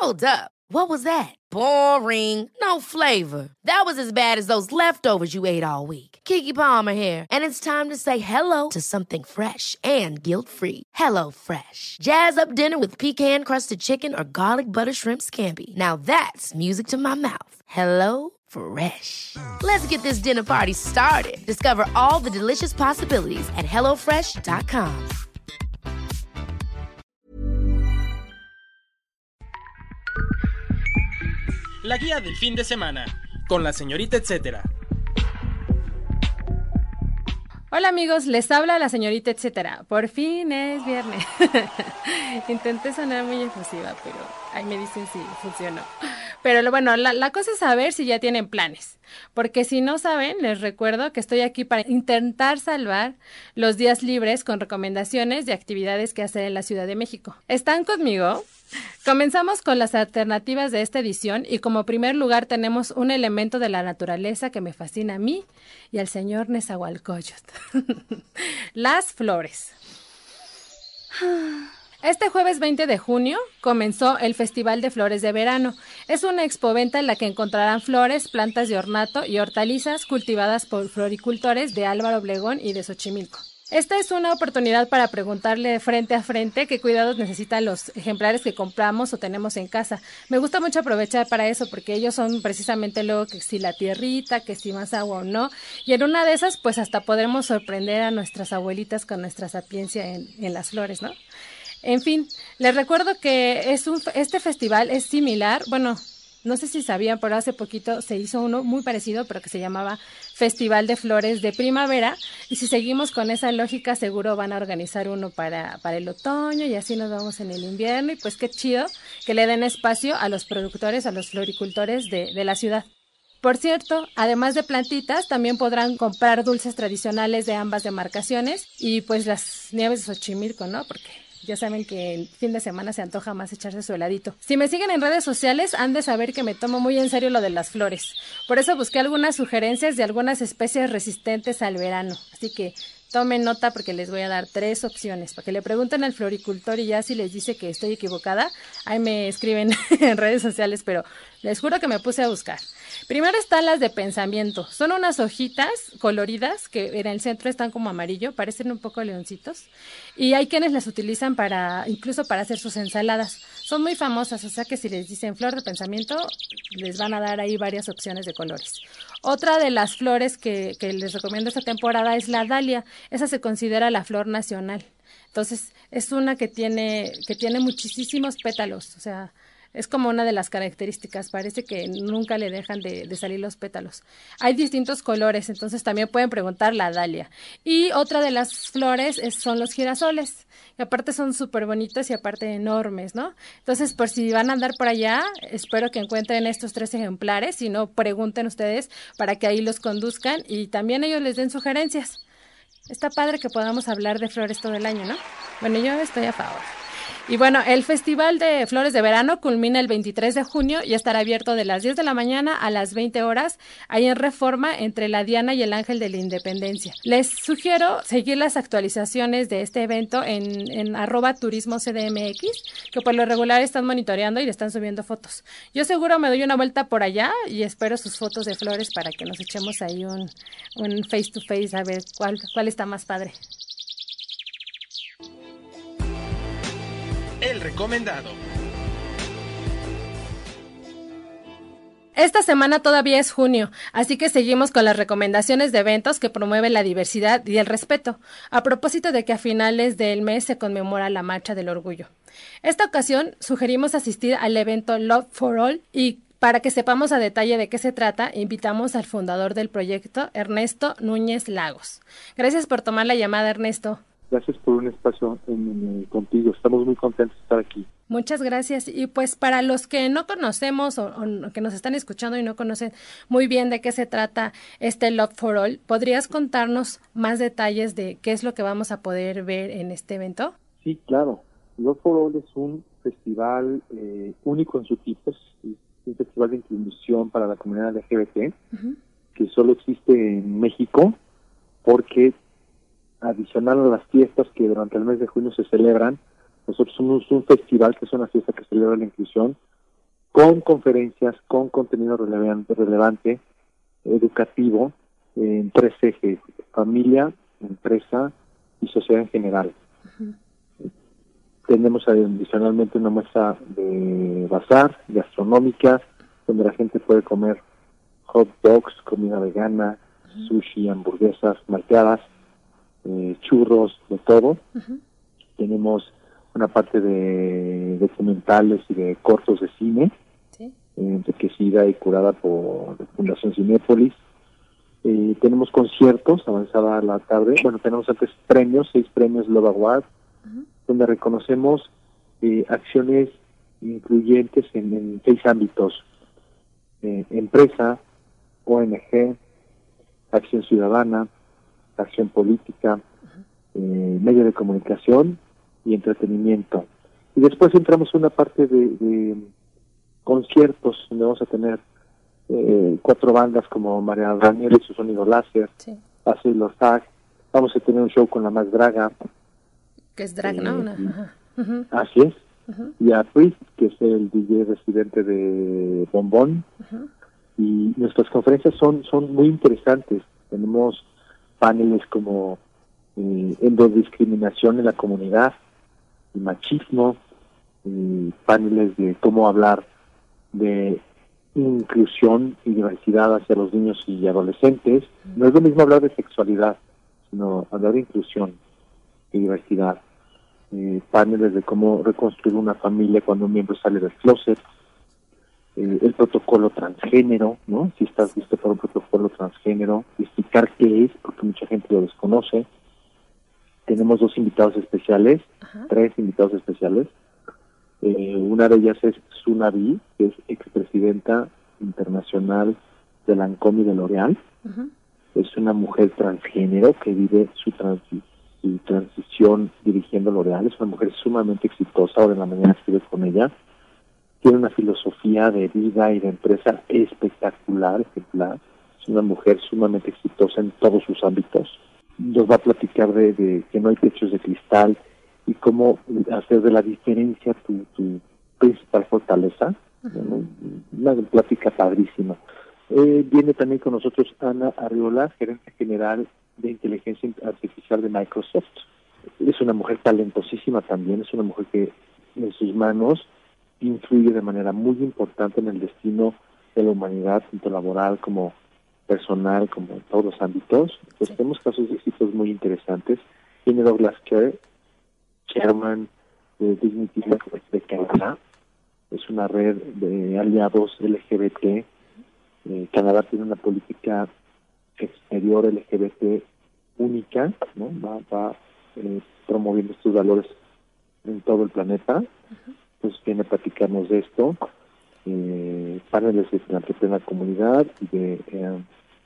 Hold up. What was that? Boring. No flavor. That was as bad as those leftovers you ate all week. Keke Palmer here, and it's time to say hello to something fresh and guilt-free. Hello Fresh. Jazz up dinner with pecan-crusted chicken or garlic butter shrimp scampi. Now that's music to my mouth. Hello Fresh. Let's get this dinner party started. Discover all the delicious possibilities at hellofresh.com. La guía del fin de semana, con la señorita etcétera. Hola amigos, les habla la señorita etcétera. Por fin es viernes. Intenté sonar muy efusiva, pero ahí me dicen si funcionó. Pero bueno, la cosa es saber si ya tienen planes. Porque si no saben, les recuerdo que estoy aquí para intentar salvar los días libres con recomendaciones de actividades que hacer en la Ciudad de México. ¿Están conmigo? Comenzamos con las alternativas de esta edición y como primer lugar tenemos un elemento de la naturaleza que me fascina a mí y al señor Nezahualcóyotl. Las flores. Este jueves 20 de junio comenzó el Festival de Flores de Verano. Es una expoventa en la que encontrarán flores, plantas de ornato y hortalizas cultivadas por floricultores de Álvaro Obregón y de Xochimilco. Esta es una oportunidad para preguntarle frente a frente qué cuidados necesitan los ejemplares que compramos o tenemos en casa. Me gusta mucho aprovechar para eso porque ellos son precisamente luego que si la tierrita, que si más agua o no. Y en una de esas pues hasta podremos sorprender a nuestras abuelitas con nuestra sapiencia en las flores, ¿no? En fin, les recuerdo que este festival es similar, bueno, no sé si sabían, pero hace poquito se hizo uno muy parecido, pero que se llamaba Festival de Flores de Primavera, y si seguimos con esa lógica, seguro van a organizar uno para el otoño, y así nos vamos en el invierno, y pues qué chido que le den espacio a los productores, a los floricultores de la ciudad. Por cierto, además de plantitas, también podrán comprar dulces tradicionales de ambas demarcaciones, y pues las nieves de Xochimilco, ¿no? Porque ya saben que el fin de semana se antoja más echarse su heladito. Si me siguen en redes sociales, han de saber que me tomo muy en serio lo de las flores. Por eso busqué algunas sugerencias de algunas especies resistentes al verano. Así que tomen nota porque les voy a dar 3 opciones. Para que le pregunten al floricultor y ya si les dice que estoy equivocada, ahí me escriben en redes sociales, pero les juro que me puse a buscar. Primero están las de pensamiento. Son unas hojitas coloridas que en el centro están como amarillo, parecen un poco leoncitos. Y hay quienes las utilizan incluso para hacer sus ensaladas. Son muy famosas, o sea que si les dicen flor de pensamiento, les van a dar ahí varias opciones de colores. Otra de las flores que les recomiendo esta temporada es la dalia. Esa se considera la flor nacional. Entonces, es una que tiene muchísimos pétalos, o sea, es como una de las características, parece que nunca le dejan de salir los pétalos. Hay distintos colores, entonces también pueden preguntar la dalia. Y otra de las flores son los girasoles, que aparte son súper bonitos y aparte enormes, ¿no? Entonces, por si van a andar por allá, espero que encuentren estos 3 ejemplares, si no, pregunten ustedes para que ahí los conduzcan y también ellos les den sugerencias. Está padre que podamos hablar de flores todo el año, ¿no? Bueno, yo estoy a favor. Y bueno, el Festival de Flores de Verano culmina el 23 de junio y estará abierto de las 10 de la mañana a las 20 horas, ahí en Reforma, entre la Diana y el Ángel de la Independencia. Les sugiero seguir las actualizaciones de este evento en @turismocdmx, que por lo regular están monitoreando y le están subiendo fotos. Yo seguro me doy una vuelta por allá y espero sus fotos de flores para que nos echemos ahí un face to face a ver cuál está más padre. El recomendado. Esta semana todavía es junio, así que seguimos con las recomendaciones de eventos que promueven la diversidad y el respeto, a propósito de que a finales del mes se conmemora la Marcha del Orgullo. Esta ocasión sugerimos asistir al evento Love for All y para que sepamos a detalle de qué se trata, invitamos al fundador del proyecto, Ernesto Núñez Lagos. Gracias por tomar la llamada, Ernesto. Gracias por un espacio contigo. Estamos muy contentos de estar aquí. Muchas gracias. Y pues para los que no conocemos o que nos están escuchando y no conocen muy bien de qué se trata este Love for All, ¿podrías contarnos más detalles de qué es lo que vamos a poder ver en este evento? Sí, claro. Love for All es un festival único en su tipo. Es un festival de inclusión para la comunidad LGBT, que solo existe en México porque adicional a las fiestas que durante el mes de junio se celebran, nosotros somos un festival que es una fiesta que celebra la inclusión con conferencias, con contenido relevante, educativo, en 3 ejes: familia, empresa y sociedad en general. Tenemos adicionalmente una muestra de bazar, gastronómica, donde la gente puede comer hot dogs, comida vegana, sushi, hamburguesas, malteadas, churros, de todo. Tenemos una parte de documentales y de cortos de cine, enriquecida y curada por Fundación Cinépolis. Tenemos conciertos, avanzada la tarde. Bueno, tenemos antes premios, 6 premios Love Award, donde reconocemos acciones incluyentes en 6 ámbitos: empresa, ONG, acción ciudadana, acción política, medio de comunicación y entretenimiento. Y después entramos en una parte de conciertos, donde vamos a tener 4 bandas como María Daniela y su sonido láser, Acid Los Tag. Vamos a tener un show con la más draga, que es drag, ¿no? Así es. Y a Priest, que es el DJ residente de Bombón. Y nuestras conferencias son muy interesantes. Tenemos paneles como endodiscriminación en la comunidad y machismo, paneles de cómo hablar de inclusión y diversidad hacia los niños y adolescentes. No es lo mismo hablar de sexualidad, sino hablar de inclusión y diversidad. Paneles de cómo reconstruir una familia cuando un miembro sale del closet. El protocolo transgénero, ¿no? Si estás visto por un protocolo transgénero, explicar qué es, porque mucha gente lo desconoce. Tenemos 2 invitados especiales, 3 invitados especiales. Una de ellas es Sunavi, que es expresidenta internacional de Lancôme y de L'Oréal. Es una mujer transgénero que vive su transición dirigiendo L'Oréal. Es una mujer sumamente exitosa. Ahora en la mañana estuve con ella. Tiene una filosofía de vida y de empresa espectacular, ejemplar. Es una mujer sumamente exitosa en todos sus ámbitos. Nos va a platicar de que no hay techos de cristal y cómo hacer de la diferencia tu principal fortaleza. Una plática padrísima. Viene también con nosotros Ana Arriola, gerente general de inteligencia artificial de Microsoft. Es una mujer talentosísima también, es una mujer que en sus manos influye de manera muy importante en el destino de la humanidad, tanto laboral como personal, como en todos los ámbitos. Pues tenemos casos de éxitos muy interesantes. Tiene Douglas Kerr, chairman de Dignity Network de Canadá. Es una red de aliados LGBT. Canadá tiene una política exterior LGBT única, ¿no? Va promoviendo estos valores en todo el planeta. Pues viene a platicarnos de esto, paneles de filantropía en la comunidad y de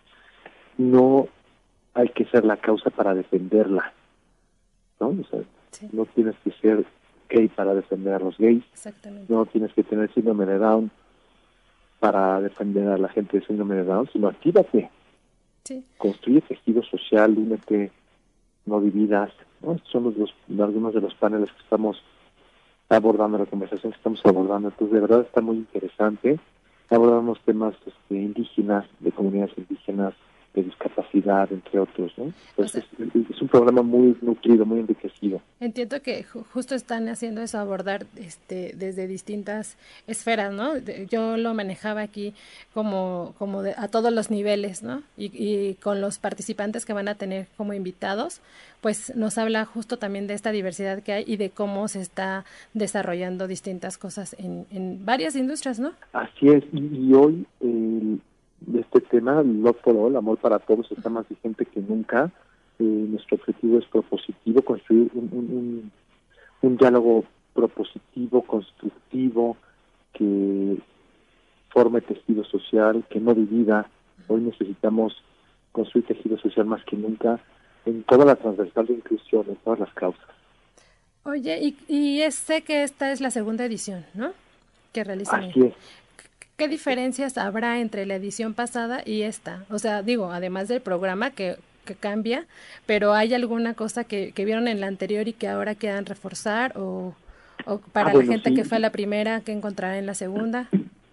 no hay que ser la causa para defenderla, ¿no? O sea, no tienes que ser gay para defender a los gays, no tienes que tener síndrome de Down para defender a la gente de síndrome de Down, sino actívate, construye tejido social, únete, no dividas, ¿no? Estos son algunos de los paneles que estamos abordando, la conversación que estamos abordando. Entonces, de verdad está muy interesante. Abordamos temas indígenas, de comunidades indígenas, de discapacidad, entre otros, ¿no? Entonces, es un programa muy nutrido, muy enriquecido. Entiendo que justo están haciendo eso, abordar desde distintas esferas, ¿no? Yo lo manejaba aquí como a todos los niveles, ¿no? Y con los participantes que van a tener como invitados, pues nos habla justo también de esta diversidad que hay y de cómo se está desarrollando distintas cosas en varias industrias, ¿no? Así es, y hoy este tema, Love for All, amor para todos, está más vigente que nunca. Nuestro objetivo es propositivo, construir un diálogo propositivo, constructivo, que forme tejido social, que no divida. Hoy necesitamos construir tejido social más que nunca en toda la transversal de inclusión, en todas las causas. Oye, y sé que esta es la segunda edición, ¿no? Que realizan. Así es. ¿Qué diferencias habrá entre la edición pasada y esta? O sea, digo, además del programa que cambia, pero ¿hay alguna cosa que vieron en la anterior y que ahora quieran reforzar o para la gente que fue a la primera, que encontrará en la segunda?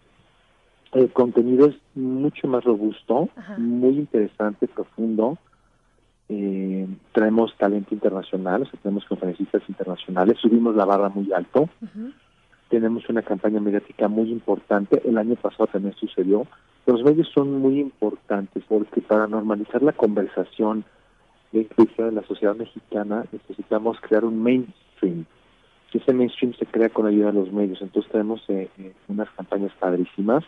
El contenido es mucho más robusto, Ajá. muy interesante, profundo. Traemos talento internacional, o sea, tenemos conferencistas internacionales, subimos la barra muy alto. Uh-huh. Tenemos una campaña mediática muy importante. El año pasado también sucedió. Los medios son muy importantes porque para normalizar la conversación de inclusión en la sociedad mexicana necesitamos crear un mainstream. Ese mainstream se crea con la ayuda de los medios. Entonces tenemos unas campañas padrísimas.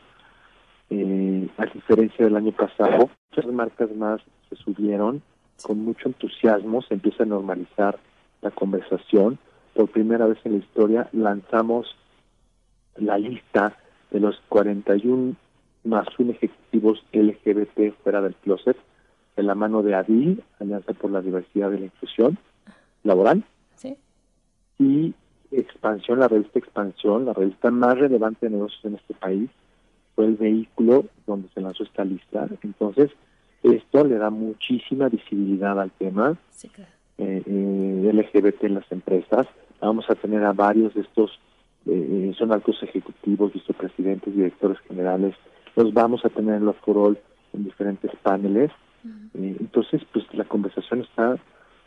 A diferencia del año pasado, muchas marcas más se subieron con mucho entusiasmo, se empieza a normalizar la conversación. Por primera vez en la historia lanzamos la lista de los 41 más un ejecutivos LGBT fuera del closet, de la mano de ADIL, Alianza por la Diversidad y la Inclusión Laboral, ¿sí? Y Expansión, la revista más relevante de negocios en este país, fue el vehículo donde se lanzó esta lista. Entonces, esto le da muchísima visibilidad al tema, Sí, claro. LGBT en las empresas. Vamos a tener a varios de estos, son altos ejecutivos, vicepresidentes, directores generales. Los vamos a tener en los Forol en diferentes paneles. Uh-huh. Entonces, pues la conversación está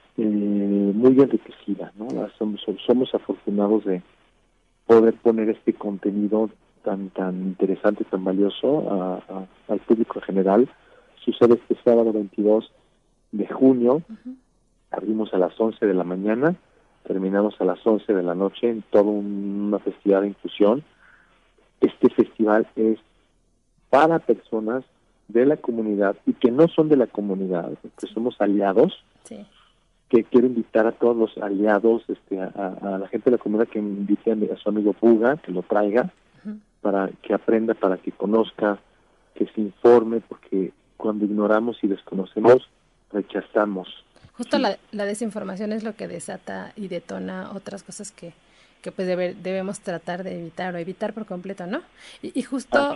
muy enriquecida, ¿no? Somos afortunados de poder poner este contenido tan interesante, tan valioso al público en general. Sucede este sábado 22 de junio. Uh-huh. Abrimos a las 11 de la mañana, terminamos a las 11 de la noche en toda una festividad de inclusión. Este festival es para personas de la comunidad y que no son de la comunidad, que somos aliados. Sí. Que quiero invitar a todos los aliados, a la gente de la comunidad, que invite a su amigo Puga, que lo traiga, uh-huh, para que aprenda, para que conozca, que se informe, porque cuando ignoramos y desconocemos, rechazamos. Justo sí. La desinformación es lo que desata y detona otras cosas que pues debemos tratar de evitar o evitar por completo, ¿no? Y justo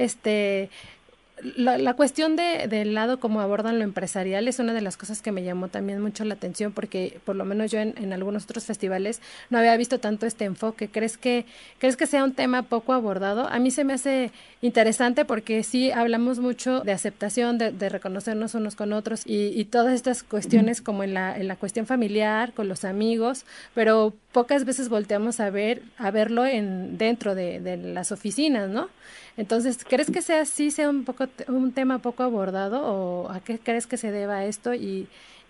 la cuestión del lado como abordan lo empresarial es una de las cosas que me llamó también mucho la atención, porque por lo menos yo en algunos otros festivales no había visto tanto este enfoque. ¿Crees que sea un tema poco abordado? A mí se me hace interesante porque sí hablamos mucho de aceptación, de reconocernos unos con otros y todas estas cuestiones como en la cuestión familiar, con los amigos, pero pocas veces volteamos a verlo dentro de las oficinas, ¿no? Entonces, ¿crees que sea un tema poco abordado o a qué crees que se deba esto y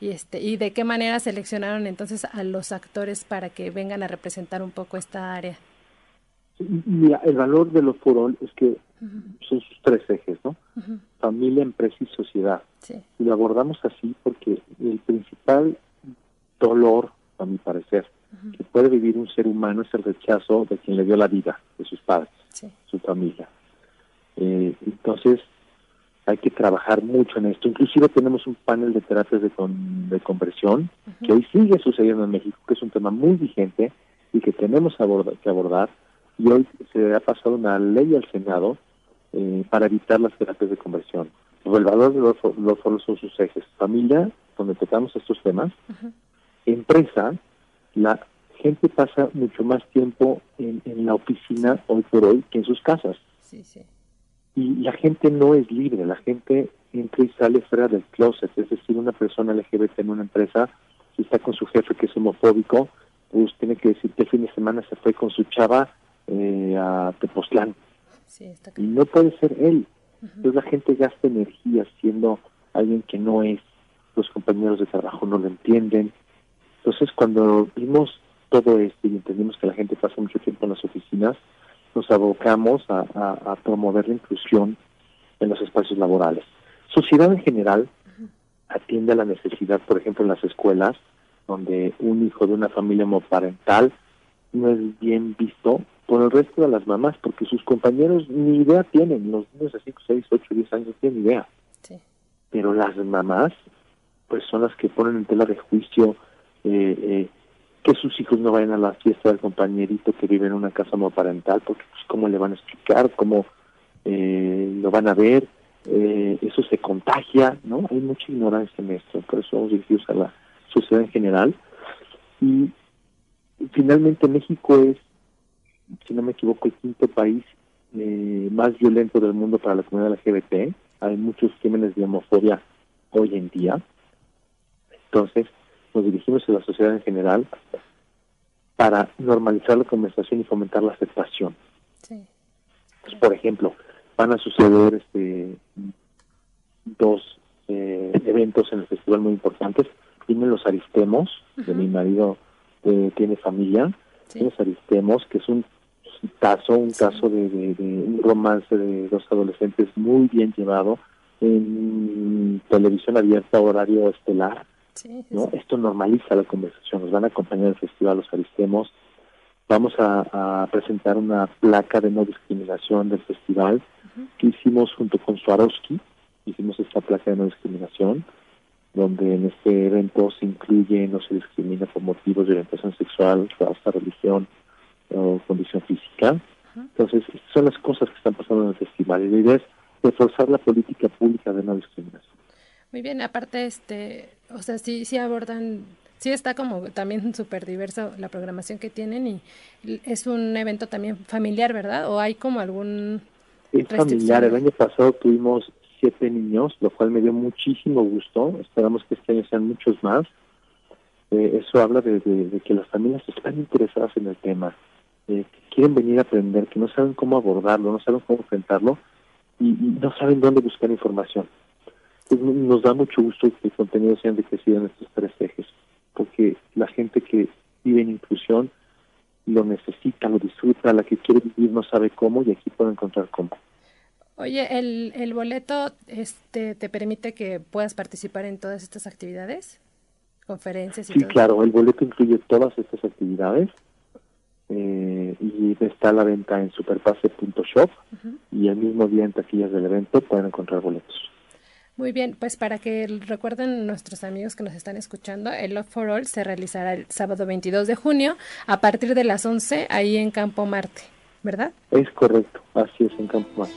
de qué manera seleccionaron entonces a los actores para que vengan a representar un poco esta área? Mira, el valor de los Forol es que uh-huh, son sus tres ejes, ¿no? Uh-huh. Familia, empresa y sociedad. Sí. Y lo abordamos así porque el principal dolor, a mi parecer, uh-huh, que puede vivir un ser humano es el rechazo de quien le dio la vida, de sus padres, sí, su familia. Entonces hay que trabajar mucho en esto. Inclusive tenemos un panel de terapias de conversión, uh-huh, que hoy sigue sucediendo en México, que es un tema muy vigente y que tenemos que abordar, y hoy se ha pasado una ley al Senado para evitar las terapias de conversión. El valor de los foros son sus ejes: familia, donde tocamos estos temas, uh-huh, empresa, la gente pasa mucho más tiempo en la oficina hoy por hoy que en sus casas. Sí, sí. Y la gente no es libre, la gente entra y sale fuera del closet. Es decir, una persona LGBT en una empresa, si está con su jefe que es homofóbico, pues tiene que decir que el fin de semana se fue con su chava a Tepoztlán. Sí, está claro. Y no puede ser él. Uh-huh. Entonces la gente gasta energía siendo alguien que no es. Los compañeros de trabajo no lo entienden. Entonces cuando vimos todo esto y entendimos que la gente pasa mucho tiempo en las oficinas, nos abocamos a promover la inclusión en los espacios laborales. Sociedad en general uh-huh, atiende a la necesidad, por ejemplo, en las escuelas, donde un hijo de una familia homoparental no es bien visto por el resto de las mamás, porque sus compañeros ni idea tienen, los niños de 5, 6, 8, 10 años no tienen idea. Sí. Pero las mamás, pues son las que ponen en tela de juicio que sus hijos no vayan a la fiesta del compañerito que vive en una casa homoparental, porque pues cómo le van a explicar, cómo lo van a ver, eso se contagia, ¿no? Hay mucha ignorancia en esto, por eso vamos dirigidos a la sociedad en general. Y finalmente México es, si no me equivoco, el quinto país más violento del mundo para la comunidad LGBT. Hay muchos crímenes de homofobia hoy en día. Entonces, nos dirigimos a la sociedad en general para normalizar la conversación y fomentar la aceptación. Sí. Pues, por ejemplo, van a suceder dos eventos en el festival muy importantes. Tienen los Aristemos, de mi marido tiene familia. Sí. Los Aristemos, que es un caso de un romance de dos adolescentes muy bien llevado en televisión abierta, horario estelar. Sí, ¿no? Esto normaliza la conversación. Nos van a acompañar al festival Los Aristemos. Vamos a presentar una placa de no discriminación del festival que hicimos junto con Swarovski. Hicimos esta placa de no discriminación, donde en este evento se incluye, no se discrimina por motivos de orientación sexual, raza, religión o condición física. Entonces, estas son las cosas que están pasando en el festival, y la idea es reforzar la política pública de no discriminación. Muy bien, aparte, o sea, sí abordan, sí está como también súper diverso la programación que tienen, y es un evento también familiar, ¿verdad? ¿O hay como algún Es familiar. El año pasado tuvimos 7 niños, lo cual me dio muchísimo gusto. Esperamos que este año sean muchos más. Eso habla de que las familias están interesadas en el tema, que quieren venir a aprender, que no saben cómo abordarlo, no saben cómo enfrentarlo, y no saben dónde buscar información. Entonces, nos da mucho gusto que el contenido sea enriquecido en estos 3 ejes, porque la gente que vive en inclusión lo necesita, lo disfruta, la que quiere vivir no sabe cómo, y aquí puede encontrar cómo. Oye, ¿el boleto te permite que puedas participar en todas estas actividades? ¿Conferencias y todo? Sí, claro, el boleto incluye todas estas actividades, y está a la venta en superpase.shop, y el mismo día en taquillas del evento pueden encontrar boletos. Muy bien, pues para que recuerden nuestros amigos que nos están escuchando, el Love for All se realizará el sábado 22 de junio a partir de las 11 ahí en Campo Marte, ¿verdad? Es correcto, así es, en Campo Marte.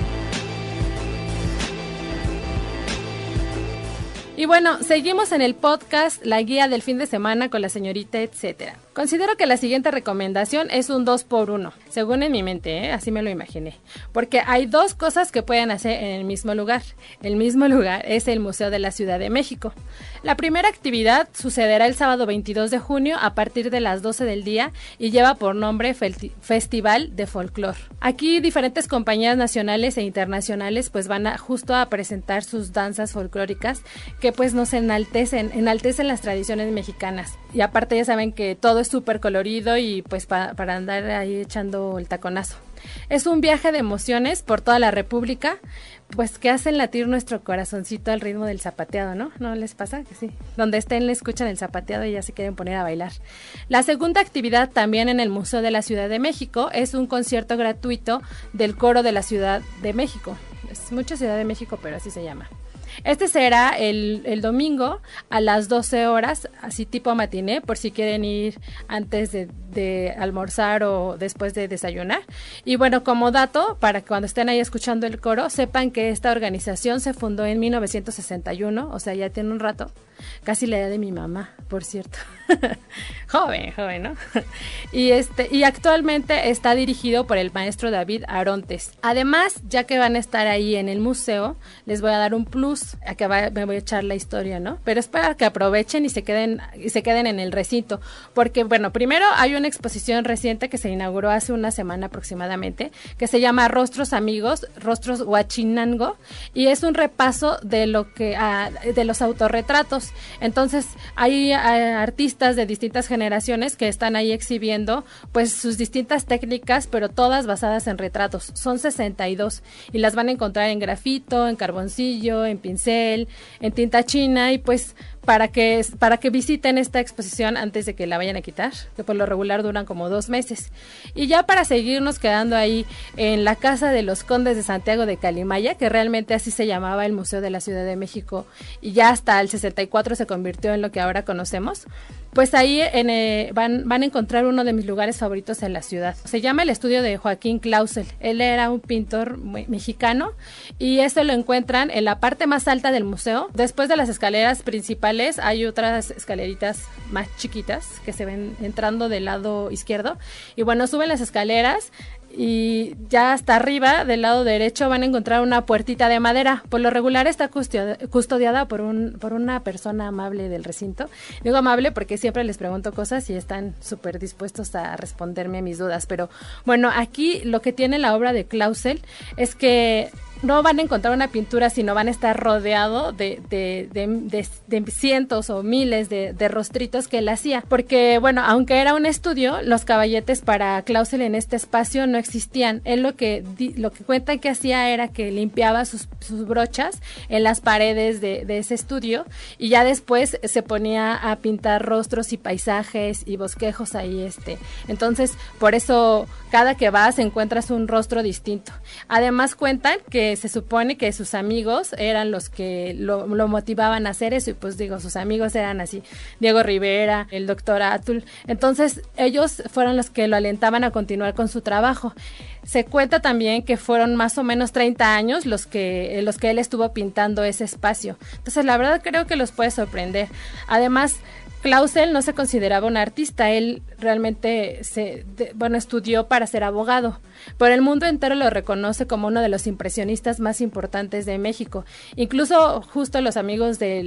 Y bueno, seguimos en el podcast La Guía del Fin de Semana con la señorita etcétera. Considero que la siguiente recomendación es un 2x1, según en mi mente, así me lo imaginé. Porque hay 2 cosas que pueden hacer en el mismo lugar. El mismo lugar es el Museo de la Ciudad de México. La primera actividad sucederá el sábado 22 de junio a partir de las 12 del día y lleva por nombre Festival de Folclor. Aquí diferentes compañías nacionales e internacionales pues van justo a presentar sus danzas folclóricas que pues nos enaltecen las tradiciones mexicanas. Y aparte ya saben que todo es súper colorido y pues para andar ahí echando el taconazo. Es un viaje de emociones por toda la República, pues que hacen latir nuestro corazoncito al ritmo del zapateado, ¿no? ¿No les pasa? Que sí. Donde estén le escuchan el zapateado y ya se quieren poner a bailar. La segunda actividad también en el Museo de la Ciudad de México es un concierto gratuito del Coro de la Ciudad de México. Es mucha Ciudad de México, pero así se llama. Este será el domingo a las 12 horas, así tipo matiné, por si quieren ir antes de almorzar o después de desayunar. Y bueno, como dato, para que cuando estén ahí escuchando el coro, sepan que esta organización se fundó en 1961, o sea, ya tiene un rato. Casi la edad de mi mamá, por cierto. joven, ¿no? Y actualmente está dirigido por el maestro David Arontes. Además, ya que van a estar ahí en el museo, les voy a dar un plus, me voy a echar la historia, ¿no? Pero es para que aprovechen y se queden en el recinto, porque bueno, primero hay una exposición reciente que se inauguró hace una semana aproximadamente, que se llama Rostros Amigos, Rostros Huachinango, y es un repaso de de los autorretratos. Entonces hay artistas de distintas generaciones que están ahí exhibiendo pues sus distintas técnicas, pero todas basadas en retratos. Son 62 y las van a encontrar en grafito, en carboncillo, en pincel, en tinta china, y pues para que visiten esta exposición antes de que la vayan a quitar, que por lo regular duran como 2 meses. Y ya para seguirnos quedando ahí en la Casa de los Condes de Santiago de Calimaya, que realmente así se llamaba el Museo de la Ciudad de México y ya hasta el 64 se convirtió en lo que ahora conocemos, pues ahí van a encontrar uno de mis lugares favoritos en la ciudad. Se llama el estudio de Joaquín Clausel. Él era un pintor mexicano y esto lo encuentran en la parte más alta del museo. Después de las escaleras principales hay otras escaleritas más chiquitas que se ven entrando del lado izquierdo. Y bueno, suben las escaleras y ya hasta arriba, del lado derecho, van a encontrar una puertita de madera. Por lo regular está custodiada por una persona amable del recinto. Digo amable porque siempre les pregunto cosas y están súper dispuestos a responderme a mis dudas. Pero bueno, aquí lo que tiene la obra de Clausel es que no van a encontrar una pintura, sino van a estar rodeado de cientos o miles de rostritos que él hacía. Porque, bueno, aunque era un estudio, los caballetes para Clausel en este espacio no existían. Él lo que cuenta que hacía era que limpiaba sus brochas en las paredes de ese estudio y ya después se ponía a pintar rostros y paisajes y bosquejos ahí. Entonces, por eso, cada que vas encuentras un rostro distinto. Además, cuentan que se supone que sus amigos eran los que lo motivaban a hacer eso, y pues digo, sus amigos eran así, Diego Rivera, el doctor Atul. Entonces ellos fueron los que lo alentaban a continuar con su trabajo. Se cuenta también que fueron más o menos 30 años los que él estuvo pintando ese espacio. Entonces la verdad creo que los puede sorprender. Además, Clausel no se consideraba un artista, él realmente estudió para ser abogado, pero el mundo entero lo reconoce como uno de los impresionistas más importantes de México. Incluso justo los amigos de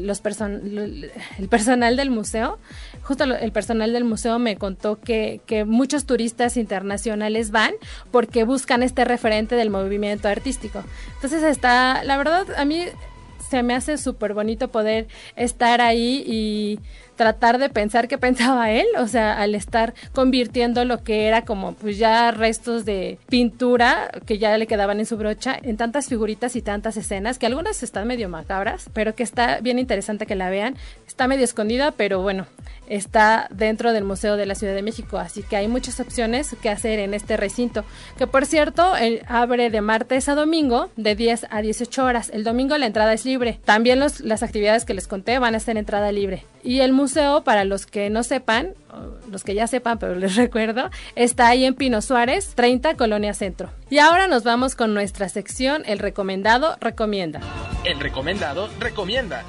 el personal del museo, el personal del museo me contó que muchos turistas internacionales van porque buscan este referente del movimiento artístico. Entonces la verdad, a mí se me hace súper bonito poder estar ahí y tratar de pensar qué pensaba él, o sea, al estar convirtiendo lo que era como pues ya restos de pintura que ya le quedaban en su brocha en tantas figuritas y tantas escenas, que algunas están medio macabras, pero que está bien interesante que la vean. Está medio escondida, pero bueno, está dentro del Museo de la Ciudad de México, así que hay muchas opciones que hacer en este recinto, que por cierto, abre de martes a domingo de 10 a 18 horas. El domingo la entrada es libre. También las actividades que les conté van a ser entrada libre. Y el museo, para los que no sepan, los que ya sepan, pero les recuerdo, está ahí en Pino Suárez, 30, Colonia Centro. Y ahora nos vamos con nuestra sección, El Recomendado Recomienda. El Recomendado Recomienda.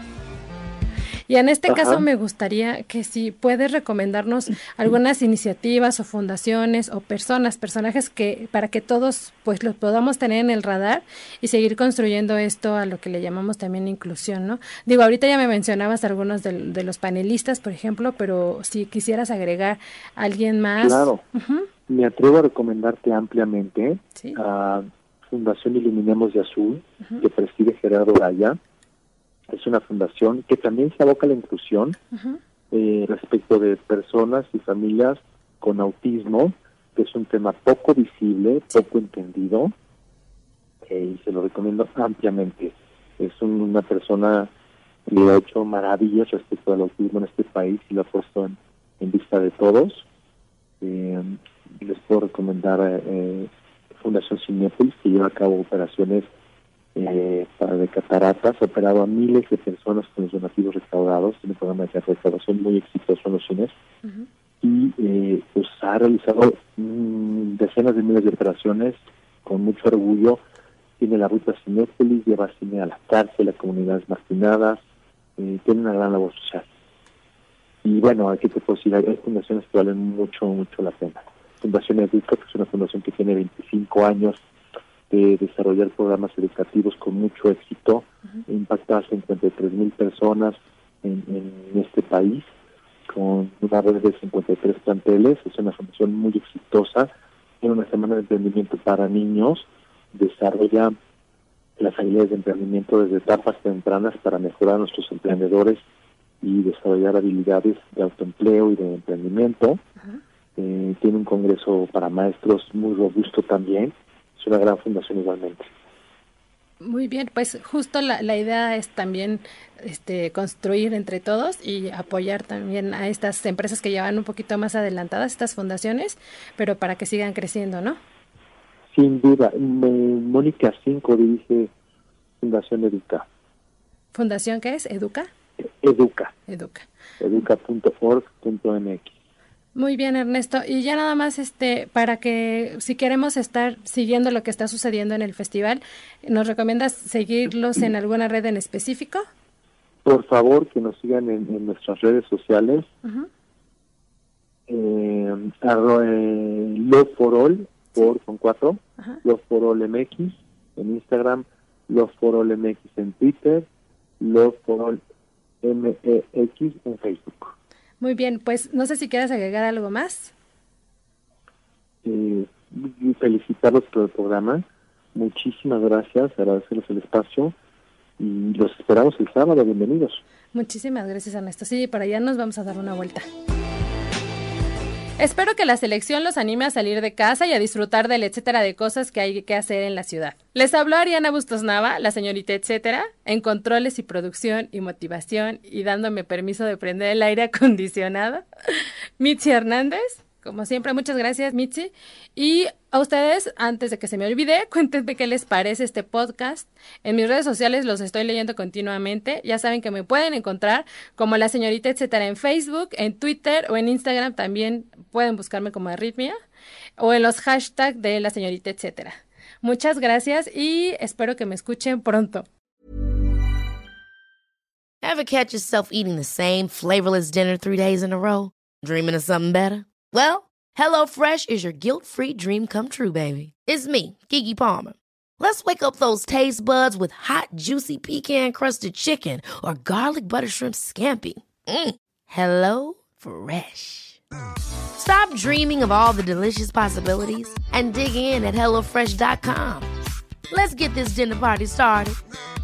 Y en este caso me gustaría que si puedes recomendarnos algunas iniciativas o fundaciones o personajes para que todos pues los podamos tener en el radar y seguir construyendo esto a lo que le llamamos también inclusión, ¿no? Digo, ahorita ya me mencionabas algunos de los panelistas, por ejemplo, pero si quisieras agregar a alguien más. Claro, me atrevo a recomendarte ampliamente ¿sí? a Fundación Iluminemos de Azul, que preside Gerardo Gaya. Es una fundación que también se aboca a la inclusión respecto de personas y familias con autismo, que es un tema poco visible, poco entendido, y se lo recomiendo ampliamente. Es una persona que ha hecho maravillas respecto al autismo en este país y lo ha puesto en vista de todos. Les puedo recomendar Fundación Cinépolis, que lleva a cabo operaciones de cataratas, ha operado a miles de personas con los donativos recaudados, tiene un programa de recaudación muy exitoso en los cines, y pues ha realizado decenas de miles de operaciones con mucho orgullo. Tiene la ruta Cinépolis, lleva cine a la cárcel, a comunidades marginadas, tiene una gran labor social. Y bueno, aquí te puedo decir, hay fundaciones que valen mucho, mucho la pena. Fundación Educa, que es una fundación que tiene 25 años de desarrollar programas educativos con mucho éxito, impacta a 53,000 personas en este país, con una red de 53 planteles. Es una fundación muy exitosa, tiene una semana de emprendimiento para niños, desarrolla las habilidades de emprendimiento desde etapas tempranas para mejorar a nuestros emprendedores y desarrollar habilidades de autoempleo y de emprendimiento. Tiene un congreso para maestros muy robusto también. Es una gran fundación igualmente. Muy bien, pues justo la idea es también construir entre todos y apoyar también a estas empresas que llevan un poquito más adelantadas, estas fundaciones, pero para que sigan creciendo, ¿no? Sin duda. Mónica 5 dirige Fundación Educa. ¿Fundación qué es? ¿Educa? Educa. Educa.org.mx. Muy bien, Ernesto. Y ya nada más para que si queremos estar siguiendo lo que está sucediendo en el festival, ¿nos recomiendas seguirlos en alguna red en específico? Por favor, que nos sigan en nuestras redes sociales. Love for All son 4, Los For All MX en Instagram, Los For All MX en Twitter, Los For All MEX en Facebook. Muy bien, pues no sé si quieres agregar algo más. Felicitarlos por el programa. Muchísimas gracias, agradecerles el espacio y los esperamos el sábado. Bienvenidos. Muchísimas gracias, Ernesto. Sí, para allá nos vamos a dar una vuelta. Espero que la selección los anime a salir de casa y a disfrutar del etcétera de cosas que hay que hacer en la ciudad. Les habló Ariana Bustos Nava, la señorita etcétera, en controles y producción y motivación y dándome permiso de prender el aire acondicionado. Mitzi Hernández, como siempre, muchas gracias, Mitzi. Y a ustedes, antes de que se me olvide, cuéntenme qué les parece este podcast. En mis redes sociales los estoy leyendo continuamente. Ya saben que me pueden encontrar como la señorita etcétera en Facebook, en Twitter o en Instagram. También pueden buscarme como Arritmia o en los hashtags de la señorita etcétera. Muchas gracias y espero que me escuchen pronto. Ever catch yourself eating the same flavorless dinner 3 days in a row? Dreaming of something better? Well, HelloFresh is your guilt-free dream come true, baby. It's me, Keke Palmer. Let's wake up those taste buds with hot, juicy pecan-crusted chicken or garlic butter shrimp scampi. Hello Fresh. Stop dreaming of all the delicious possibilities and dig in at HelloFresh.com. Let's get this dinner party started.